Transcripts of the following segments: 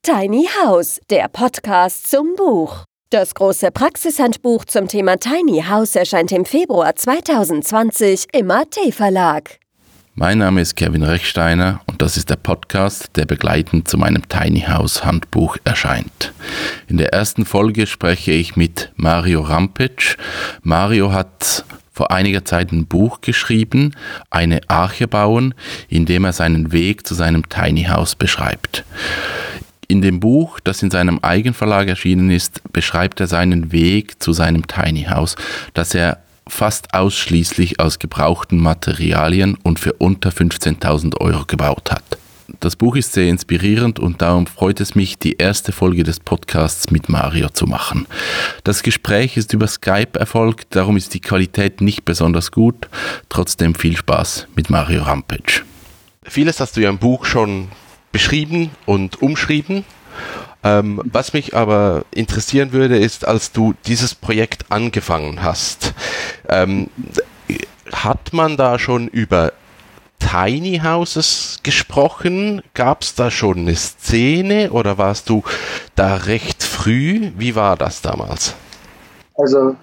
Tiny House, der Podcast zum Buch. Das große Praxishandbuch zum Thema Tiny House erscheint im Februar 2020 im AT Verlag. Mein Name ist Kevin Rechsteiner und das ist der Podcast, der begleitend zu meinem Tiny House Handbuch erscheint. In der ersten Folge spreche ich mit Mario Rampic. Mario hat vor einiger Zeit ein Buch geschrieben, Eine Arche bauen, in dem er seinen Weg zu seinem Tiny House beschreibt. In dem Buch, das in seinem Eigenverlag erschienen ist, beschreibt er seinen Weg zu seinem Tiny House, das er fast ausschließlich aus gebrauchten Materialien und für unter 15.000 € gebaut hat. Das Buch ist sehr inspirierend und darum freut es mich, die erste Folge des Podcasts mit Mario zu machen. Das Gespräch ist über Skype erfolgt, darum ist die Qualität nicht besonders gut. Trotzdem viel Spaß mit Mario Rampic. Vieles hast du ja im Buch schon beschrieben und umschrieben. Was mich aber interessieren würde, ist, als du dieses Projekt angefangen hast, hat man da schon über Tiny Houses gesprochen? Gab es da schon eine Szene oder warst du da recht früh? Wie war das damals? Also,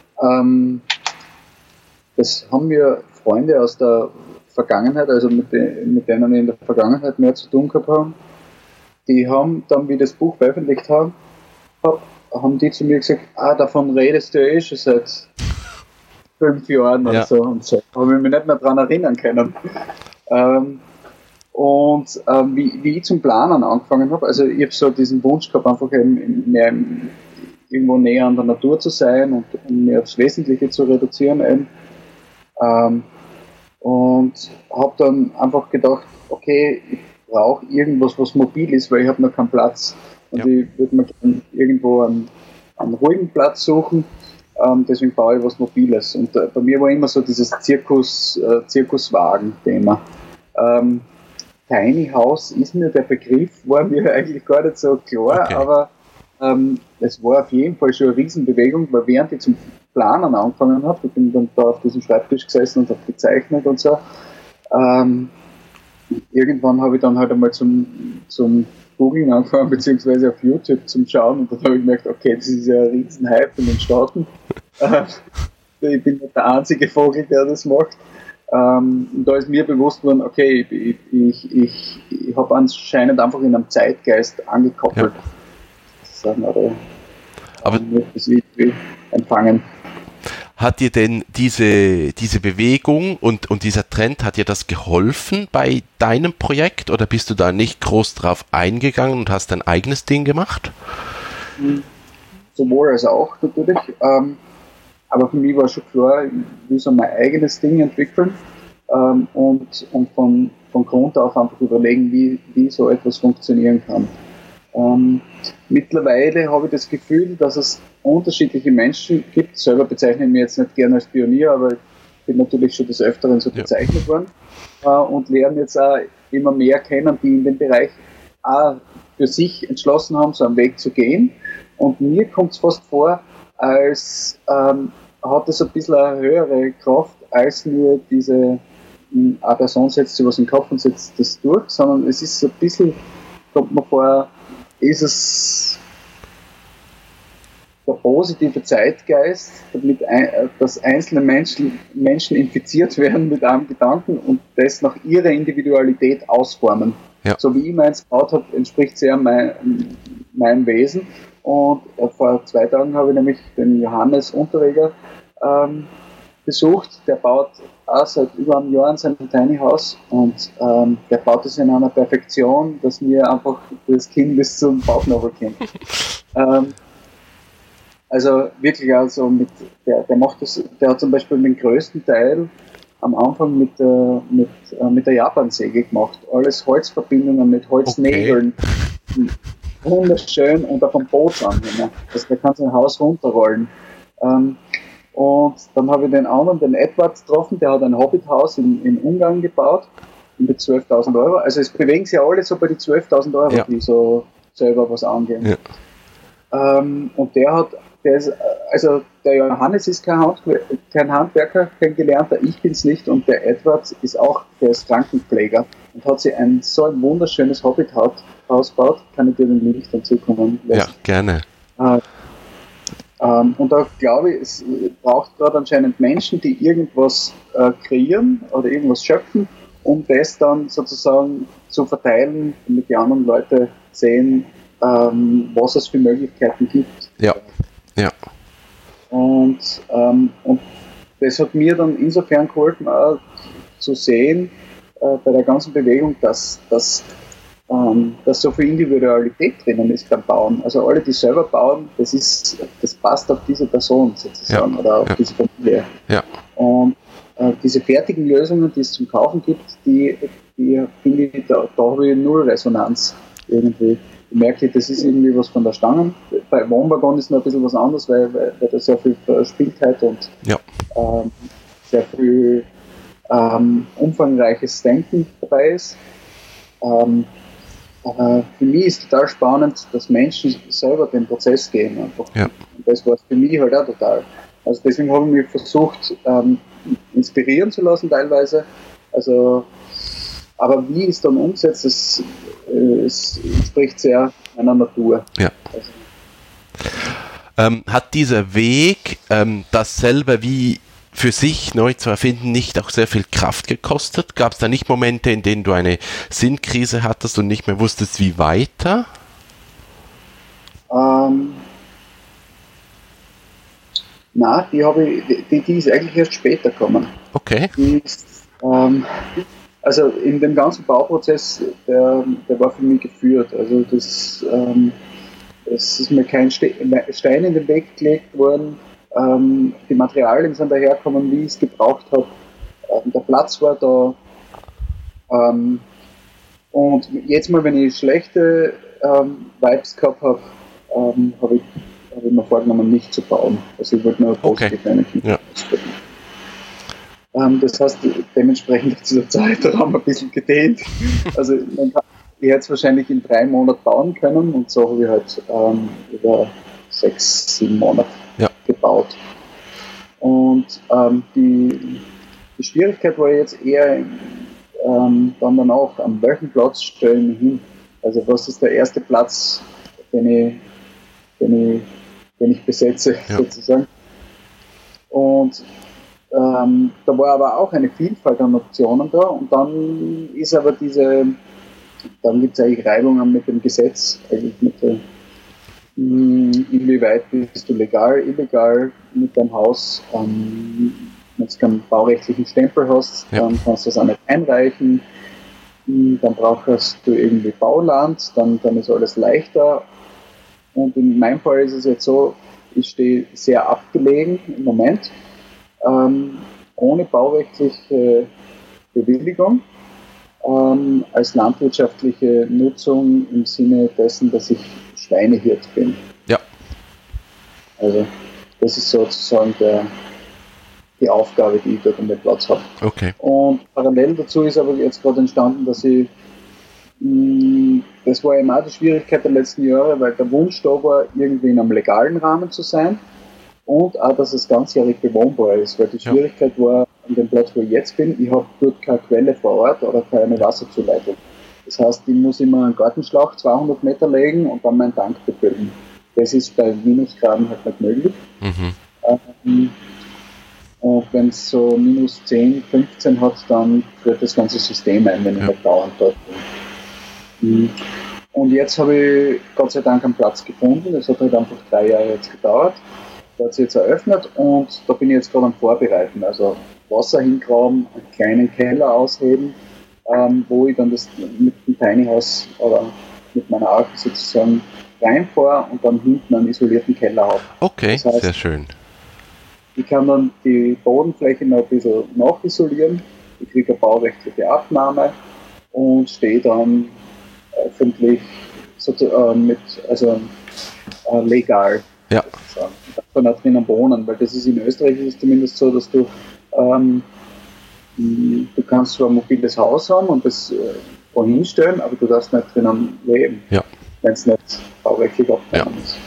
das haben mir Freunde aus der Vergangenheit, also mit denen ich in der Vergangenheit mehr zu tun gehabt habe, die haben dann, wie ich das Buch veröffentlicht haben die zu mir gesagt, davon redest du eh schon seit 5 Jahren oder so. Und so habe ich mich nicht mehr daran erinnern können. Wie ich zum Planen angefangen habe, also ich habe so diesen Wunsch gehabt, einfach irgendwo näher an der Natur zu sein und mehr aufs Wesentliche zu reduzieren. Und habe dann einfach gedacht, okay, ich brauche irgendwas, was mobil ist, weil ich habe noch keinen Platz. Und ich würde mir gerne irgendwo einen ruhigen Platz suchen. Deswegen baue ich was Mobiles. Und bei mir war immer so dieses Zirkuswagen-Thema. Tiny House ist mir der Begriff, war mir eigentlich gar nicht so klar, aber es war auf jeden Fall schon eine Riesenbewegung, weil während ich zum Planen angefangen habe, ich bin dann da auf diesem Schreibtisch gesessen und habe gezeichnet und so, irgendwann habe ich dann halt einmal zum Googlen angefangen, beziehungsweise auf YouTube zum Schauen, und dann habe ich gemerkt, okay, das ist ja ein riesen Hype in den Staaten. Ich bin nicht der einzige Vogel, der das macht. Und da ist mir bewusst worden, okay, ich habe anscheinend einfach in einem Zeitgeist angekoppelt. Aber das irgendwie empfangen. Hat dir denn diese Bewegung und dieser Trend, hat dir das geholfen bei deinem Projekt oder bist du da nicht groß drauf eingegangen und hast dein eigenes Ding gemacht? Sowohl als auch natürlich. Aber für mich war schon klar, ich will so mein eigenes Ding entwickeln und von Grund auf einfach überlegen, wie so etwas funktionieren kann. Mittlerweile habe ich das Gefühl, dass es unterschiedliche Menschen gibt. Selber bezeichne ich mich jetzt nicht gerne als Pionier, aber ich bin natürlich schon des Öfteren so bezeichnet worden und lerne jetzt auch immer mehr kennen, die in dem Bereich auch für sich entschlossen haben, so einen Weg zu gehen. Und mir kommt es fast vor, als hat es ein bisschen eine höhere Kraft als nur diese eine Person setzt sich was in den Kopf und setzt das durch, sondern es ist so ein bisschen, kommt mir vor, ist es der positive Zeitgeist, damit dass einzelne Menschen infiziert werden mit einem Gedanken und das nach ihrer Individualität ausformen. Ja. So wie ich meins gebaut habe, entspricht sehr meinem Wesen. Und vor 2 Tagen habe ich nämlich den Johannes Unterreger besucht. Der baut auch seit über einem Jahr in seinem Tiny House und der baut es in einer Perfektion, dass mir einfach das Kind bis zum Bauchnabel kennt. Also wirklich also der macht das, der hat zum Beispiel den größten Teil am Anfang mit der Japansäge gemacht. Alles Holzverbindungen mit Holznägeln. Okay. Wunderschön und auch vom Bootsanhänger. Also der kann sein Haus runterrollen. Und dann habe ich den anderen, den Edward, getroffen, der hat ein Hobbithaus in Ungarn gebaut mit 12.000 €. Also es bewegen sich ja alle so bei die 12.000 €, die so selber was angehen. Ja. Und der Johannes ist kein Handwerker, kein Gelernter, ich bin's nicht, und der Edward ist auch, der ist Krankenpfleger und hat sich so ein wunderschönes Hobbithaus Haus baut, kann ich dir den Link dann zukommen lassen. Ja, gerne. Und da glaube ich, es braucht gerade anscheinend Menschen, die irgendwas kreieren oder irgendwas schöpfen, um das dann sozusagen zu verteilen, damit die anderen Leute sehen, was es für Möglichkeiten gibt. Ja. Und das hat mir dann insofern geholfen, auch zu sehen, bei der ganzen Bewegung, dass so viel Individualität drinnen ist beim Bauen. Also alle, die selber bauen, das passt auf diese Person sozusagen oder auf diese Familie. Ja. Und diese fertigen Lösungen, die es zum Kaufen gibt, die finde ich, da habe ich null Resonanz irgendwie. Ich merke, das ist irgendwie was von der Stange. Bei Wohnwaggon ist noch ein bisschen was anderes, weil da sehr viel Verspieltheit und sehr viel umfangreiches Denken dabei ist. Aber für mich ist total spannend, dass Menschen selber den Prozess gehen. Einfach. Ja. Und das war für mich halt auch total. Also deswegen habe ich mich versucht, inspirieren zu lassen teilweise. Also, aber wie es dann umsetzt, es entspricht sehr meiner Natur. Ja. Also. Hat dieser Weg, das selber wie für sich neu zu erfinden, nicht auch sehr viel Kraft gekostet? Gab es da nicht Momente, in denen du eine Sinnkrise hattest und nicht mehr wusstest, wie weiter? Nein, die ist eigentlich erst später gekommen. Okay. Die ist, also in dem ganzen Bauprozess, der war für mich geführt. Also es ist mir kein Stein in den Weg gelegt worden. Die Materialien sind dahergekommen, wie ich es gebraucht habe. Der Platz war da. Und jetzt mal, wenn ich schlechte Vibes gehabt habe, habe ich mir vorgenommen, nicht zu bauen. Also ich wollte nur positiv Energie ausdrücken. Das heißt, dementsprechend hat sich der Zeitraum ein bisschen gedehnt. Also ich hätte es wahrscheinlich in 3 Monaten bauen können und so habe ich halt über 6-7 Monate gebaut. Und die Schwierigkeit war jetzt eher dann auch, an welchem Platz stelle ich mich hin? Also was ist der erste Platz, den ich besetze, sozusagen. Und da war aber auch eine Vielfalt an Optionen da und dann ist aber dann gibt es eigentlich Reibungen mit dem Gesetz, eigentlich mit der, inwieweit bist du legal, illegal mit deinem Haus. Wenn du keinen baurechtlichen Stempel hast, dann kannst du das auch nicht einreichen. Dann brauchst du irgendwie Bauland, dann ist alles leichter. Und in meinem Fall ist es jetzt so, ich stehe sehr abgelegen im Moment, ohne baurechtliche Bewilligung, als landwirtschaftliche Nutzung im Sinne dessen, dass ich Schweinehirt bin. Ja. Also das ist sozusagen die Aufgabe, die ich dort an dem Platz habe. Okay. Und parallel dazu ist aber jetzt gerade entstanden, dass ich das war eben auch die Schwierigkeit der letzten Jahre, weil der Wunsch da war, irgendwie in einem legalen Rahmen zu sein und auch, dass es ganzjährig bewohnbar ist, weil die Schwierigkeit war, an dem Platz, wo ich jetzt bin, ich habe dort keine Quelle vor Ort oder keine Wasserzuleitung. Das heißt, ich muss immer einen Gartenschlauch 200 Meter legen und dann meinen Tank befüllen. Das ist bei Minusgraden halt nicht möglich. Mhm. Und wenn es so minus 10, 15 hat, dann führt das ganze System ein, wenn ich nicht dauernd dort bin. Und jetzt habe ich Gott sei Dank einen Platz gefunden. Das hat halt einfach 3 Jahre jetzt gedauert. Der hat sich jetzt eröffnet und da bin ich jetzt gerade am Vorbereiten. Also Wasser hingraben, einen kleinen Keller ausheben, wo ich dann das mit dem Tiny House oder mit meiner Arche sozusagen reinfahre und dann hinten einen isolierten Keller habe. Okay, das heißt, sehr schön. Ich kann dann die Bodenfläche noch ein bisschen nachisolieren. Ich kriege eine baurechtliche Abnahme und stehe dann öffentlich legal. Ja. Sozusagen. Ich darf dann auch drinnen wohnen, weil das ist in Österreich ist zumindest so, dass du kannst zwar ein mobiles Haus haben und das wohin stellen, aber du darfst nicht drinnen leben, wenn es nicht baurechtlich abgenommen ist.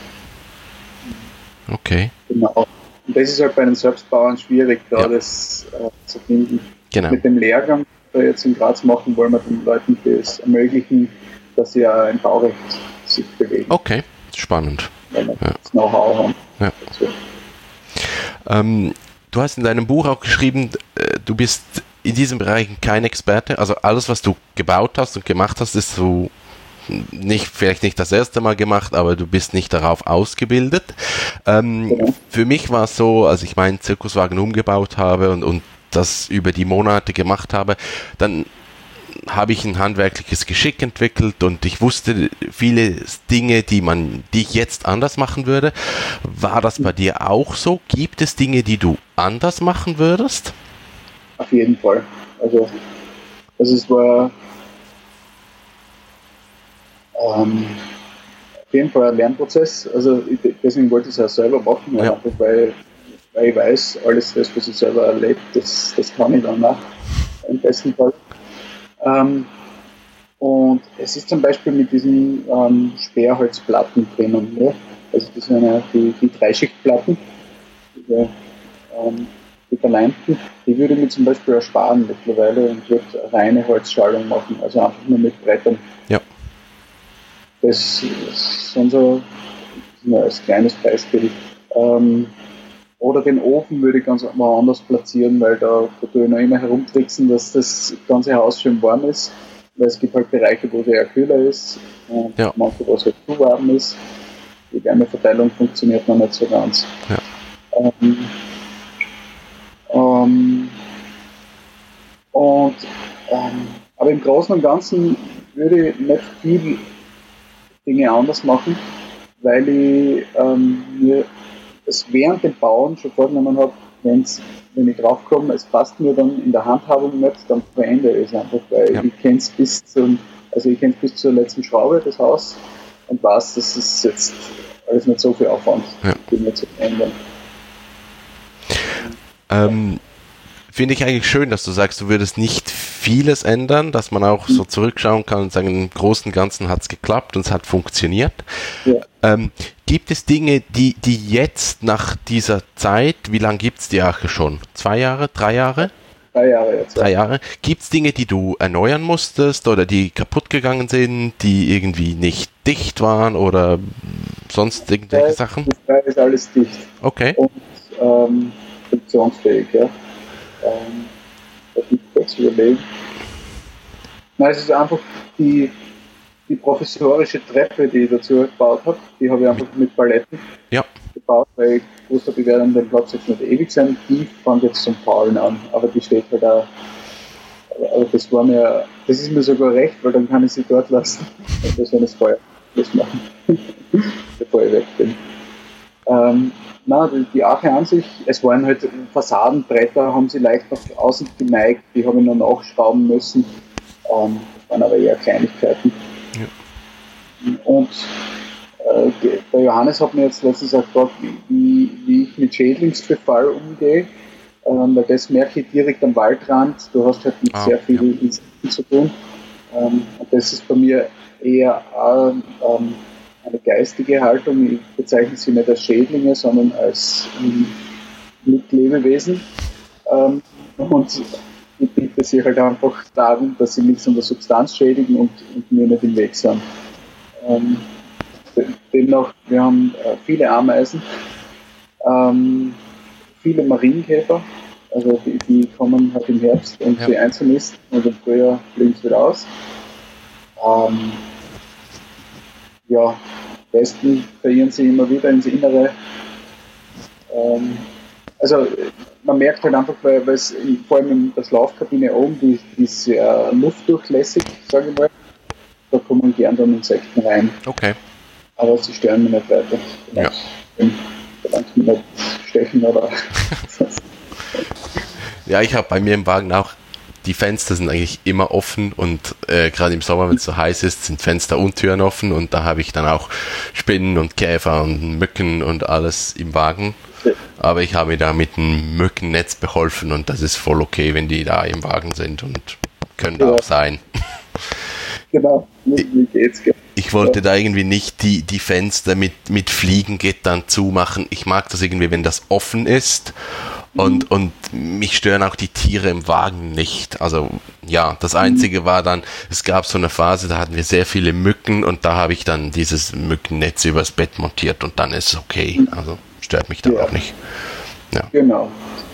Okay. Genau. Und das ist halt bei den Selbstbauern schwierig, da das zu finden. Genau. Mit dem Lehrgang, den wir jetzt in Graz machen, wollen wir den Leuten das ermöglichen, dass sie ja im Baurecht sich bewegen. Okay, spannend. Wenn wir das Know-how haben. Ja. Du hast in deinem Buch auch geschrieben, du bist in diesem Bereich kein Experte. Also alles, was du gebaut hast und gemacht hast, ist so vielleicht nicht das erste Mal gemacht, aber du bist nicht darauf ausgebildet. Genau. Für mich war es so, als ich meinen Zirkuswagen umgebaut habe und das über die Monate gemacht habe, dann habe ich ein handwerkliches Geschick entwickelt und ich wusste viele Dinge, die ich jetzt anders machen würde. War das bei dir auch so? Gibt es Dinge, die du anders machen würdest? Auf jeden Fall. Also es war auf jeden Fall ein Lernprozess. Also deswegen wollte ich es auch selber machen, ja. Einfach weil ich weiß, alles das, was ich selber erlebt, das kann ich dann auch im besten Fall. Und es ist zum Beispiel mit diesen Sperrholzplatten drinnen. Ne? Also das sind ja die Dreischichtplatten, die verleimten, die würde ich mir zum Beispiel ersparen mittlerweile und würde reine Holzschalung machen, also einfach nur mit Brettern. Ja. Das ist so als kleines Beispiel. Oder den Ofen würde ich ganz woanders platzieren, weil da tue ich noch immer herumtricksen, dass das ganze Haus schön warm ist. Weil es gibt halt Bereiche, wo es eher kühler ist und manche, wo es halt zu warm ist. Die Wärmeverteilung funktioniert noch nicht so ganz. Ja. Aber im Großen und Ganzen würde ich nicht viel Dinge anders machen, weil ich mir es während dem Bauen schon vorgenommen habe, wenn ich draufkomme, es passt mir dann in der Handhabung nicht, dann verändere ich es einfach, weil ich kenne es bis zur letzten Schraube, das Haus, und weiß, das ist jetzt alles nicht so viel Aufwand, Dinge zu verändern. Finde ich eigentlich schön, dass du sagst, du würdest nicht vieles ändern, dass man auch so zurückschauen kann und sagen, im Großen und Ganzen hat es geklappt und es hat funktioniert. Ja. Gibt es Dinge, die jetzt nach dieser Zeit, wie lange gibt es die Arche schon? 2 Jahre, 3 Jahre? 3 Jahre jetzt. 3 Jahre. Gibt es Dinge, die du erneuern musstest oder die kaputt gegangen sind, die irgendwie nicht dicht waren oder sonst irgendwelche Sachen? Das ist alles dicht. Okay. Und funktionsfähig, ja. Das muss ich kurz überlegen. Nein, es ist einfach die professorische Treppe, die ich dazu gebaut habe, die habe ich einfach mit Paletten gebaut, weil ich wusste, ich werde an dem Platz jetzt nicht ewig sein. Die fängt jetzt zum Faulen an, aber die steht halt auch. Aber das ist mir sogar recht, weil dann kann ich sie dort lassen und das, wenn das Feuer machen, bevor ich weg bin. Die Arche an sich, es waren halt Fassadenbretter, haben sie leicht nach außen geneigt, die habe ich noch nachschrauben müssen. Das waren aber eher Kleinigkeiten. Ja. Und der Johannes hat mir jetzt letztens auch gefragt, wie ich mit Schädlingsbefall umgehe, weil das merke ich direkt am Waldrand, du hast halt mit sehr vielen Insekten zu tun. Und das ist bei mir eher eine geistige Haltung. Ich bezeichne sie nicht als Schädlinge, sondern als Mitlebewesen. Und ich bitte sie halt einfach darum, dass sie nichts an der Substanz schädigen und mir nicht im Weg sind. Demnach, wir haben viele Ameisen, viele Marienkäfer, also die kommen halt im Herbst und sie einzunisten und im Frühjahr fliegen sie wieder aus. Westen verirren sie immer wieder ins Innere. Also man merkt halt einfach, weil es vor allem in der Schlafkabine oben, die ist sehr luftdurchlässig, sage ich mal. Da kommen gern dann Insekten rein. Okay. Aber sie stören mich nicht weiter. Solange sie mich nicht stechen oder Ja, ich habe bei mir im Wagen auch, die Fenster sind eigentlich immer offen und gerade im Sommer, wenn es so heiß ist, sind Fenster und Türen offen und da habe ich dann auch Spinnen und Käfer und Mücken und alles im Wagen. Aber ich habe mir da mit einem Mückennetz beholfen und das ist voll okay, wenn die da im Wagen sind und können da auch sein. Genau, wie geht's? Ich wollte da irgendwie nicht die Fenster mit Fliegengittern zumachen. Ich mag das irgendwie, wenn das offen ist Und mich stören auch die Tiere im Wagen nicht. Also ja, das Einzige war dann, es gab so eine Phase, da hatten wir sehr viele Mücken und da habe ich dann dieses Mückennetz übers Bett montiert und dann ist es okay. Also stört mich dann auch nicht. Ja. Genau.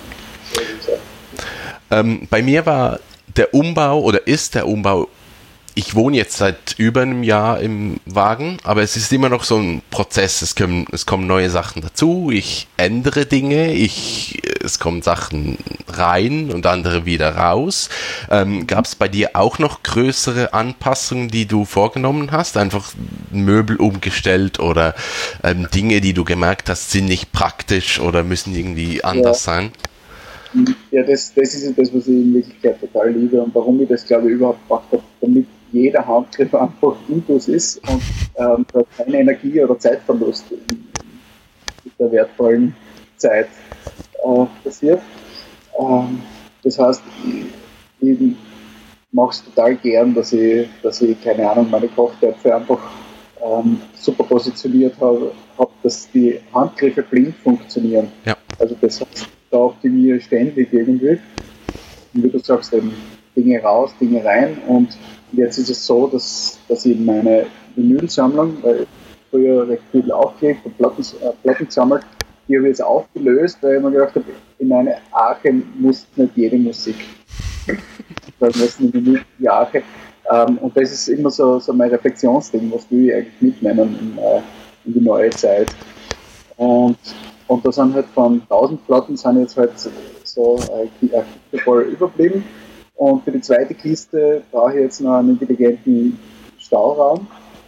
Bei mir war der Umbau oder ist der Umbau, ich wohne jetzt seit über einem Jahr im Wagen, aber es ist immer noch so ein Prozess. Es kommen neue Sachen dazu, ich ändere Dinge, es kommen Sachen rein und andere wieder raus. Gab es bei dir auch noch größere Anpassungen, die du vorgenommen hast? Einfach Möbel umgestellt oder Dinge, die du gemerkt hast, sind nicht praktisch oder müssen irgendwie anders sein? Ja, das ist ja das, was ich in Wirklichkeit total liebe und warum ich das, glaube ich, überhaupt gemacht habe, damit jeder Handgriff einfach Intus ist und da keine Energie- oder Zeitverlust in der wertvollen Zeit passiert. Das heißt, ich mache es total gern, dass ich, keine Ahnung, meine Kochtöpfe einfach super positioniert habe, dass die Handgriffe blind funktionieren. Ja. Also das heißt, da optimiere ich ständig irgendwie. Und wie du sagst, eben Dinge raus, Dinge rein. Und jetzt ist es so, dass ich meine Vinylsammlung, weil ich früher recht viel aufgelegt und Platten gesammelt, die habe ich jetzt aufgelöst, weil ich mir gedacht habe, in meine Arche muss nicht jede Musik. Das ist eine Vinyl-Arche. Und das ist immer so mein Reflexionsding, was will ich eigentlich mitnehmen in die neue Zeit. Und da sind halt von 1000 Platten sind jetzt halt so ein Kiste voll überblieben. Und für die zweite Kiste brauche ich jetzt noch einen intelligenten Stauraum.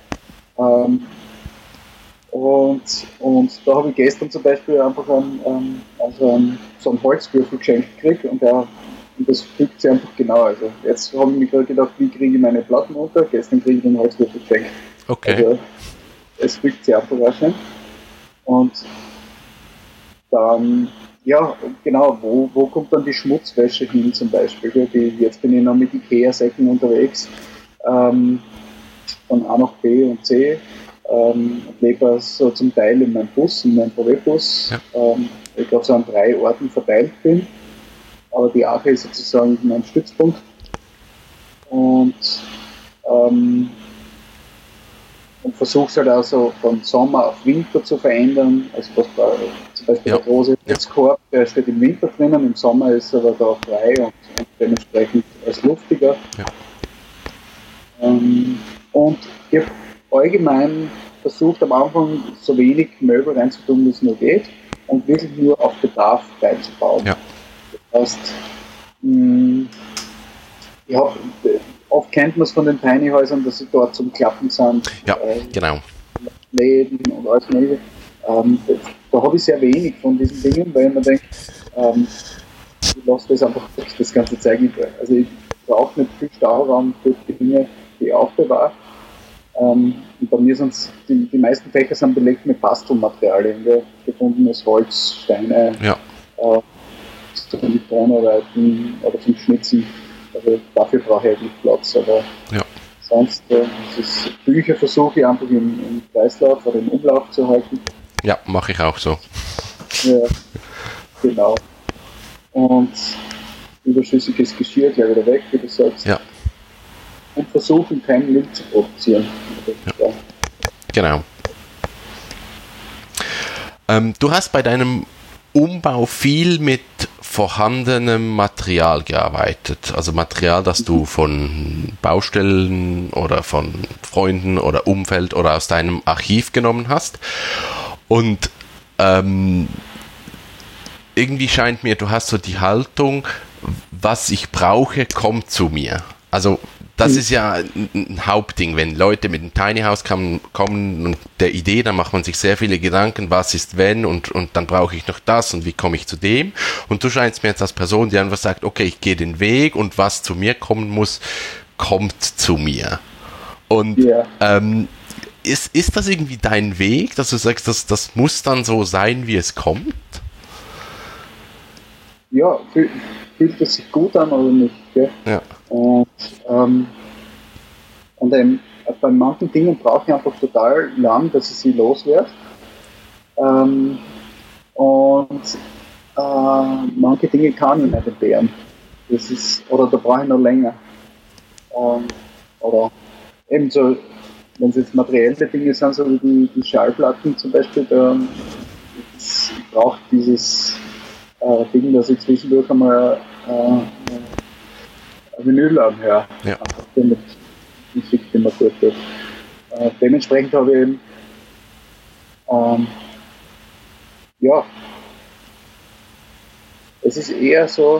Und da habe ich gestern zum Beispiel einfach so einen Holzwürfel geschenkt gekriegt und das fügt sich einfach genau. Also jetzt habe ich mir gerade gedacht, wie kriege ich meine Platten unter? Gestern kriege ich den Holzwürfel geschenkt. Okay. Also es fügt sich einfach auch schön. Und dann, ja, genau, wo kommt dann die Schmutzwäsche hin zum Beispiel? Jetzt bin ich noch mit Ikea-Säcken unterwegs, von A nach B und C, und lebe so zum Teil in meinem Bus, in meinem VW-Bus, ich glaube so an 3 Orten verteilt bin, aber die Arche ist sozusagen mein Stützpunkt und versuche es halt auch so von Sommer auf Winter zu verändern. Also zum Beispiel der große Holzkorb, der steht im Winter drinnen, im Sommer ist er aber da frei und dementsprechend als luftiger. Ja. Und ich habe allgemein versucht am Anfang so wenig Möbel reinzutun, wie es nur geht und wirklich nur auf Bedarf reinzubauen. Ja. Das heißt, oft kennt man es von den Tiny Häusern, dass sie dort zum Klappen sind. Ja, genau. Läden und alles mögliche. Da habe ich sehr wenig von diesen Dingen, weil man denkt, ich lasse das einfach das ganze Zeug nicht. Also ich brauche nicht viel Stauraum für die Dinge, die ich aufbewahre. Und bei mir sind die meisten Fächer sind belegt mit Bastelmaterialien, gefundenes Holz, Steine, zum Tonarbeiten oder zum Schnitzen. Also dafür brauche ich eigentlich Platz, aber sonst Bücher versuche ich einfach im Kreislauf oder im Umlauf zu halten. Ja, mache ich auch so. Ja, genau. Und überschüssiges Geschirr gleich wieder weg, wie du sagst. Ja. Und versuchen, keinen Müll zu produzieren. Ja. Genau. Du hast bei deinem Umbau viel mit vorhandenem Material gearbeitet. Also Material, das du von Baustellen oder von Freunden oder Umfeld oder aus deinem Archiv genommen hast. Und irgendwie scheint mir, du hast so die Haltung, was ich brauche, kommt zu mir. Also das ist ja ein Hauptding, wenn Leute mit einem Tiny House kommen und der Idee, dann macht man sich sehr viele Gedanken, was ist wenn und dann brauche ich noch das und wie komme ich zu dem. Und du scheinst mir jetzt als Person, die einfach sagt, okay, ich gehe den Weg und was zu mir kommen muss, kommt zu mir. Und ist das irgendwie dein Weg, dass du sagst, das muss dann so sein, wie es kommt? Ja, fühlt es sich gut an oder nicht? Gell? Ja. Und bei manchen Dingen brauche ich einfach total lang, dass ich sie loswerde. Und manche Dinge kann ich nicht entbehren. Oder da brauche ich noch länger. Oder ebenso, wenn es jetzt materielle Dinge sind, so wie die Schallplatten zum Beispiel, ich brauche dieses Ding, dass ich zwischendurch einmal Vinyl anhöre. Ja. Damit die Musik immer gut wird. Dementsprechend habe ich eben es ist eher so,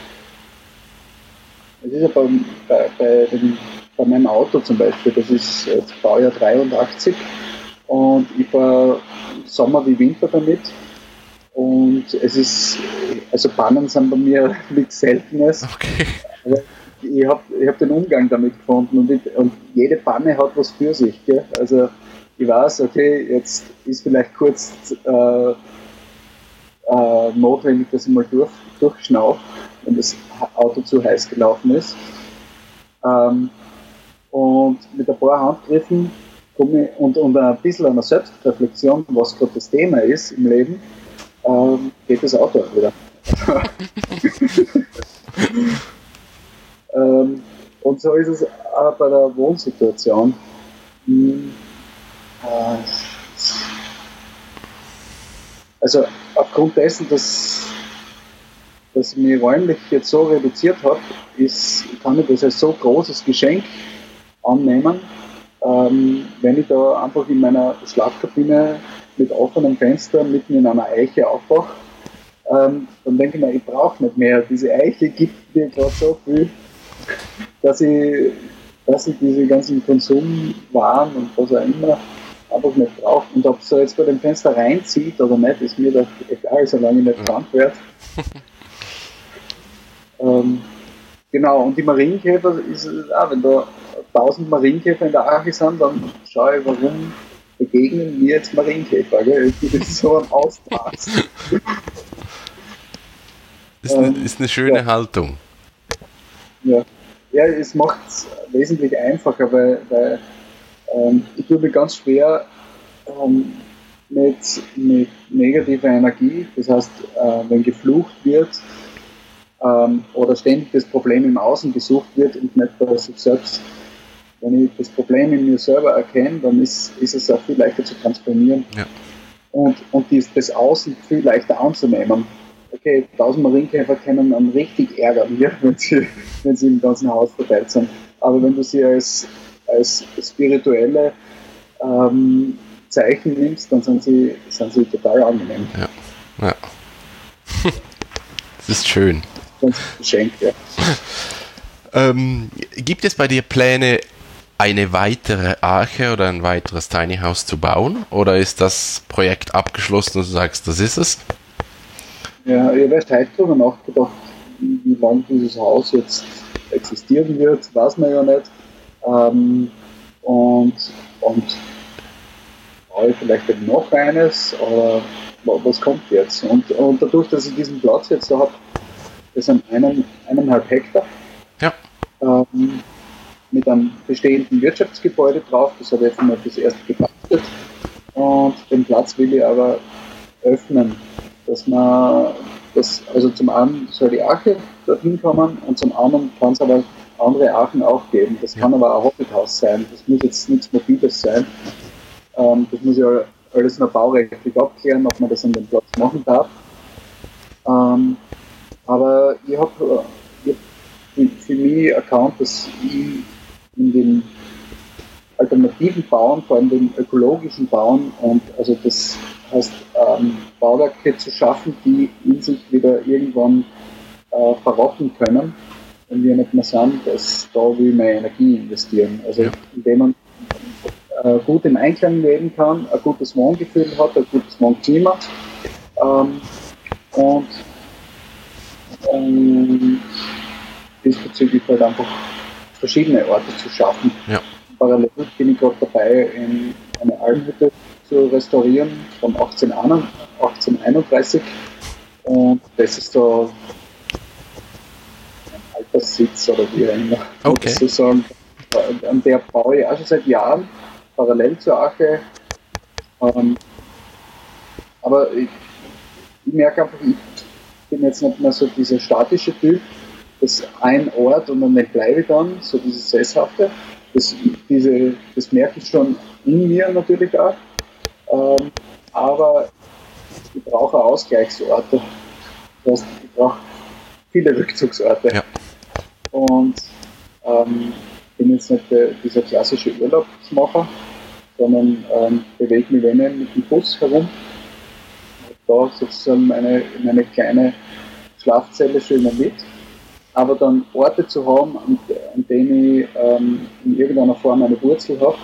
es ist ja bei meinem Auto zum Beispiel, das ist jetzt Baujahr 83 und ich fahre Sommer wie Winter damit und es ist, also Pannen sind bei mir nichts Seltenes. Okay. Aber ich hab den Umgang damit gefunden und jede Panne hat was für sich. Gell? Also ich weiß, okay, jetzt ist vielleicht kurz notwendig, dass ich mal durchschnaufe, wenn das Auto zu heiß gelaufen ist. Und mit ein paar Handgriffen komme ich, und ein bisschen einer Selbstreflexion, was gerade das Thema ist im Leben, geht das Auto auch wieder. Und so ist es auch bei der Wohnsituation. Also aufgrund dessen, dass ich mich räumlich jetzt so reduziert habe, kann ich das als so großes Geschenk annehmen, wenn ich da einfach in meiner Schlafkabine mit offenem Fenster mitten in einer Eiche aufwache, dann denke ich mir, ich brauche nicht mehr. Diese Eiche gibt mir gerade so viel, dass ich diese ganzen Konsumwaren und was auch immer einfach nicht brauche. Und ob es so jetzt bei dem Fenster reinzieht oder nicht, ist mir doch egal, solange ich nicht krank werde. Genau, und die Marienkäfer ist es auch, wenn da 1000 Marienkäfer in der Arche sind, dann schaue ich, warum begegnen mir jetzt Marienkäfer. Gell? Das ist so ein Ausmaß. Ist eine schöne Haltung. Ja, es macht es wesentlich einfacher, weil ich tue mir ganz schwer mit negativer Energie. Das heißt, wenn geflucht wird oder ständig das Problem im Außen gesucht wird und nicht bei sich selbst. Wenn ich das Problem in mir selber erkenne, dann ist es auch viel leichter zu transformieren. Ja. Und das Außen viel leichter anzunehmen. Okay, 1000 Marienkäfer können dann richtig ärgern, ja, wenn sie im ganzen Haus verteilt sind. Aber wenn du sie als spirituelle Zeichen nimmst, dann sind sie total angenehm. Ja. Das ist schön. Das ist ein Geschenk, ja. Gibt es bei dir Pläne, eine weitere Arche oder ein weiteres Tiny House zu bauen? Oder ist das Projekt abgeschlossen und du sagst, das ist es? Ja, ich habe erst heute darüber nachgedacht, wie lange dieses Haus jetzt existieren wird, weiß man ja nicht. Und brauche ich vielleicht noch eines, oder was kommt jetzt? Und dadurch, dass ich diesen Platz jetzt da habe, das sind 1,5 Hektar. Ja. Mit einem bestehenden Wirtschaftsgebäude drauf, das habe ich jetzt mal das erste gebastelt. Und den Platz will ich aber öffnen, also zum einen soll die Arche dorthin kommen und zum anderen kann es aber andere Archen auch geben. Das kann aber ein Hobbithaus sein, das muss jetzt nichts Mobiles sein. Das muss ja alles noch baurechtlich abklären, ob man das an dem Platz machen darf. Aber ich habe für mich erkannt, dass ich in den alternativen Bauen, vor allem den ökologischen Bauen, und also das heißt Bauwerke zu schaffen, die in sich wieder irgendwann verrotten können, wenn wir nicht mehr sind, dass da will ich meine Energie investieren. Also indem man gut im Einklang leben kann, ein gutes Wohngefühl hat, ein gutes Wohnklima und diesbezüglich halt einfach verschiedene Orte zu schaffen. Ja. Parallel bin ich gerade dabei, eine Almhütte zu restaurieren von 1831 und das ist da ein Alterssitz oder wie auch immer. Okay. Sozusagen. An der baue ich auch schon seit Jahren parallel zur Arche. Aber ich merke einfach, bin jetzt nicht mehr so dieser statische Typ, das ein Ort und dann bleibe ich dann, so dieses Sesshafte. Das merke ich schon in mir natürlich auch. Aber ich brauche Ausgleichsorte. Das heißt, ich brauche viele Rückzugsorte. Ja. Und bin jetzt nicht dieser klassische Urlaubsmacher, sondern bewege mich wenig mit dem Bus herum. Da sozusagen meine kleine Schlafzelle schön mit. Aber dann Orte zu haben, an denen ich in irgendeiner Form eine Wurzel habe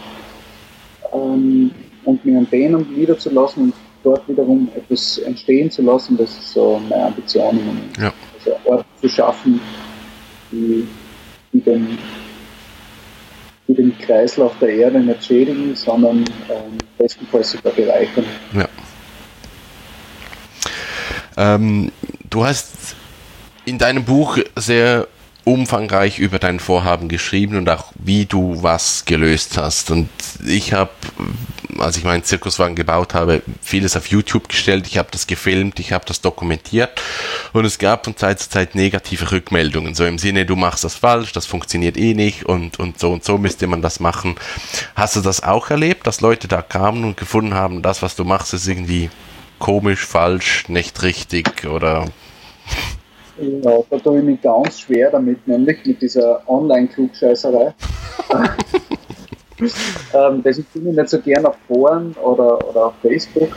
und mich an denen niederzulassen und dort wiederum etwas entstehen zu lassen, das ist so meine Ambition. Ja. Also Orte zu schaffen, die den Kreislauf der Erde nicht schädigen, sondern bestenfalls sogar bereichern. Ja. Du hast in deinem Buch sehr umfangreich über dein Vorhaben geschrieben und auch wie du was gelöst hast. Und ich habe, als ich meinen Zirkuswagen gebaut habe, vieles auf YouTube gestellt, ich habe das gefilmt, ich habe das dokumentiert und es gab von Zeit zu Zeit negative Rückmeldungen, so im Sinne, du machst das falsch, das funktioniert eh nicht und so müsste man das machen. Hast du das auch erlebt, dass Leute da kamen und gefunden haben, das, was du machst, ist irgendwie komisch, falsch, nicht richtig oder... Ja, da tue ich mich ganz schwer damit, nämlich mit dieser Online-Klugscheißerei. Das ich bin nicht so gern auf Foren oder auf Facebook.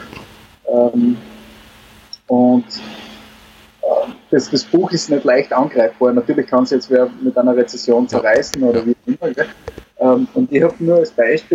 Das Buch ist nicht leicht angreifbar. Natürlich kann es jetzt wer mit einer Rezession zerreißen oder wie immer. Und ich habe nur als Beispiel,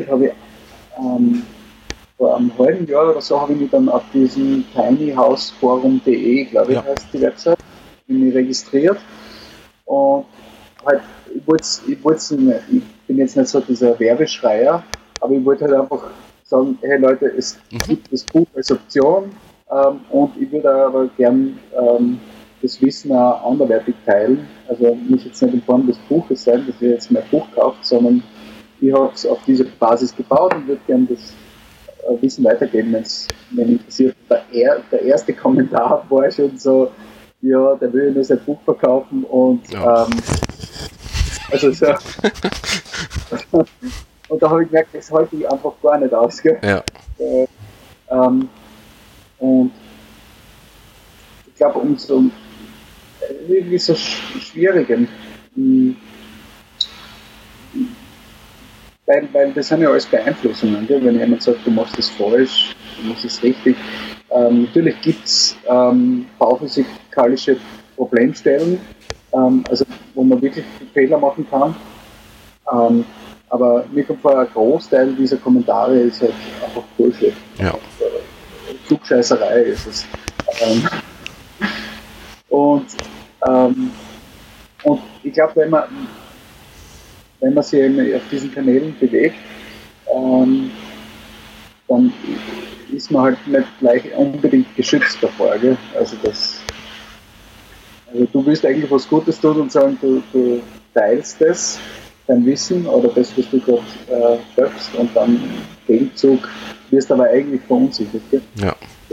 vor einem halben Jahr oder so, habe ich mich dann auf diesem tinyhouseforum.de, glaube ich, heißt die Website, bin ich registriert und halt, ich bin jetzt nicht so dieser Werbeschreier, aber ich wollte halt einfach sagen, hey Leute, es gibt das Buch als Option und ich würde aber gern das Wissen auch anderweitig teilen, also nicht jetzt nicht in Form des Buches sein, dass ihr jetzt mein Buch kauft, sondern ich habe es auf diese Basis gebaut und würde gern das Wissen weitergeben, wenn es mich interessiert. Der erste Kommentar war schon so, ja, der will nur sein Buch verkaufen und also so. Und da habe ich gemerkt, das halte ich einfach gar nicht aus. Gell? Ja. Und ich glaube, umso irgendwie so schwierigen, weil das sind ja alles Beeinflussungen. Gell? Wenn jemand sagt, du machst das falsch, du machst es richtig. Natürlich gibt es bauphysikalische Problemstellen, also wo man wirklich Fehler machen kann. Aber mir kommt vor, ein Großteil dieser Kommentare ist halt einfach Bullshit. Ja. Klugscheißerei ist es. Und ich glaube, wenn man sich eben auf diesen Kanälen bewegt, dann ist man halt nicht gleich unbedingt geschützt davor. Gell? Also du willst eigentlich was Gutes tun und sagen, du teilst das, dein Wissen oder das, was du gerade schöpfst und dann im Gegenzug wirst aber eigentlich verunsichert. Gell? Ja.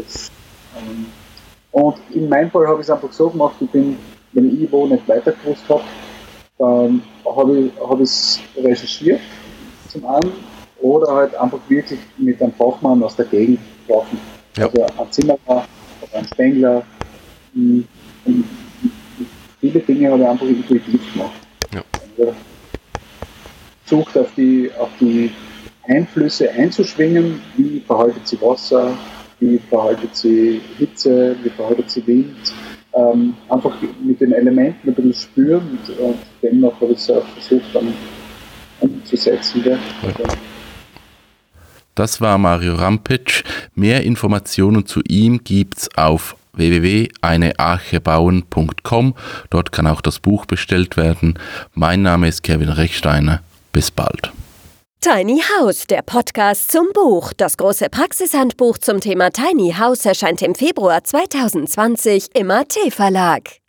Und in meinem Fall habe ich es einfach so gemacht, wenn ich wo nicht weiter gewusst habe, dann habe ich es recherchiert zum einen oder halt einfach wirklich mit einem Fachmann aus der Gegend getroffen. Ja. Also ein Zimmerer oder ein Spengler. Und viele Dinge habe ich einfach intuitiv gemacht. Ja. Also, versucht auf die Einflüsse einzuschwingen, wie verhaltet sich Wasser, wie verhaltet sich Hitze, wie verhaltet sich Wind. Einfach mit den Elementen ein bisschen spüren und demnach habe ich es auch versucht dann umzusetzen. Ja. Das war Mario Rampic. Mehr Informationen zu ihm gibt's auf www.einearchebauen.com. Dort kann auch das Buch bestellt werden. Mein Name ist Kevin Rechsteiner. Bis bald. Tiny House, der Podcast zum Buch. Das große Praxishandbuch zum Thema Tiny House erscheint im Februar 2020 im AT Verlag.